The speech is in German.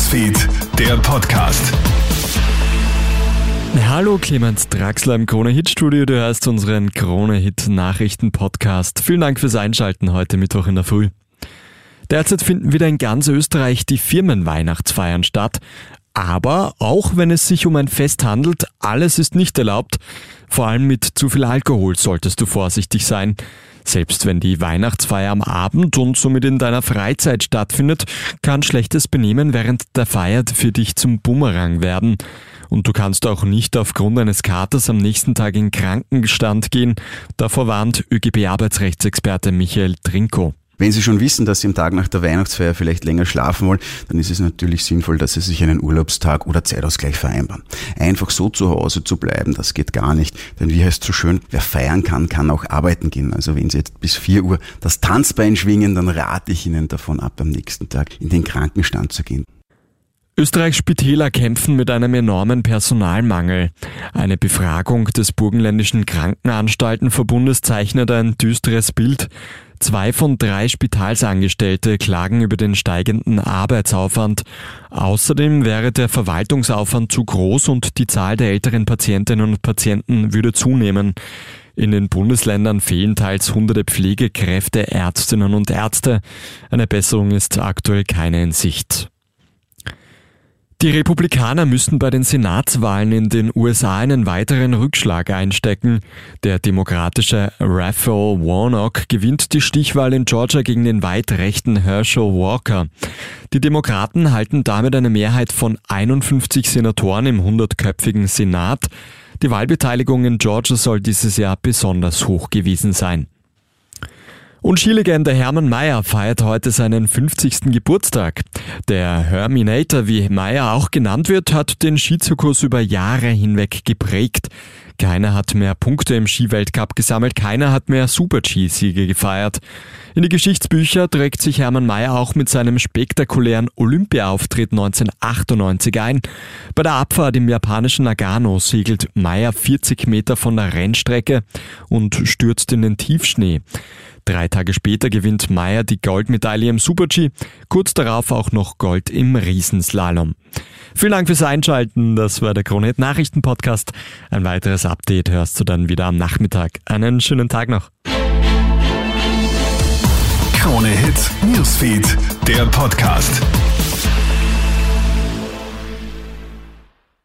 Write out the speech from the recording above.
Newsfeed, der Podcast. Hallo, Clemens Draxler im Krone-Hit-Studio. Du hörst unseren Krone-Hit-Nachrichten-Podcast. Vielen Dank fürs Einschalten heute Mittwoch in der Früh. Derzeit finden wieder in ganz Österreich die Firmenweihnachtsfeiern statt. Aber auch wenn es sich um ein Fest handelt, alles ist nicht erlaubt. Vor allem mit zu viel Alkohol solltest du vorsichtig sein. Selbst wenn die Weihnachtsfeier am Abend und somit in deiner Freizeit stattfindet, kann schlechtes Benehmen während der Feier für dich zum Bumerang werden. Und du kannst auch nicht aufgrund eines Katers am nächsten Tag in Krankenstand gehen. Davor warnt ÖGB-Arbeitsrechtsexperte Michael Trinko. Wenn Sie schon wissen, dass Sie am Tag nach der Weihnachtsfeier vielleicht länger schlafen wollen, dann ist es natürlich sinnvoll, dass Sie sich einen Urlaubstag oder Zeitausgleich vereinbaren. Einfach so zu Hause zu bleiben, das geht gar nicht. Denn wie heißt es so schön, wer feiern kann, kann auch arbeiten gehen. Also wenn Sie jetzt bis 4 Uhr das Tanzbein schwingen, dann rate ich Ihnen davon ab, am nächsten Tag in den Krankenstand zu gehen. Österreichs Spitäler kämpfen mit einem enormen Personalmangel. Eine Befragung des Burgenländischen Krankenanstaltenverbundes zeichnet ein düsteres Bild. 2 von 3 Spitalsangestellte klagen über den steigenden Arbeitsaufwand. Außerdem wäre der Verwaltungsaufwand zu groß und die Zahl der älteren Patientinnen und Patienten würde zunehmen. In den Bundesländern fehlen teils hunderte Pflegekräfte, Ärztinnen und Ärzte. Eine Besserung ist aktuell keine in Sicht. Die Republikaner müssen bei den Senatswahlen in den USA einen weiteren Rückschlag einstecken. Der demokratische Raphael Warnock gewinnt die Stichwahl in Georgia gegen den weit rechten Herschel Walker. Die Demokraten halten damit eine Mehrheit von 51 Senatoren im 100-köpfigen Senat. Die Wahlbeteiligung in Georgia soll dieses Jahr besonders hoch gewesen sein. Und Skilegende Hermann Maier feiert heute seinen 50. Geburtstag. Der Herminator, wie Maier auch genannt wird, hat den Skizirkus über Jahre hinweg geprägt. Keiner hat mehr Punkte im Skiweltcup gesammelt, keiner hat mehr Super-G-Siege gefeiert. In die Geschichtsbücher trägt sich Hermann Maier auch mit seinem spektakulären Olympia-Auftritt 1998 ein. Bei der Abfahrt im japanischen Nagano segelt Maier 40 Meter von der Rennstrecke und stürzt in den Tiefschnee. 3 Tage später gewinnt Maier die Goldmedaille im Super-G, kurz darauf auch noch Gold im Riesenslalom. Vielen Dank fürs Einschalten, das war der Krone-Hit Nachrichten-Podcast. Ein weiteres Update hörst du dann wieder am Nachmittag. Einen schönen Tag noch. Krone-Hit Newsfeed, der Podcast.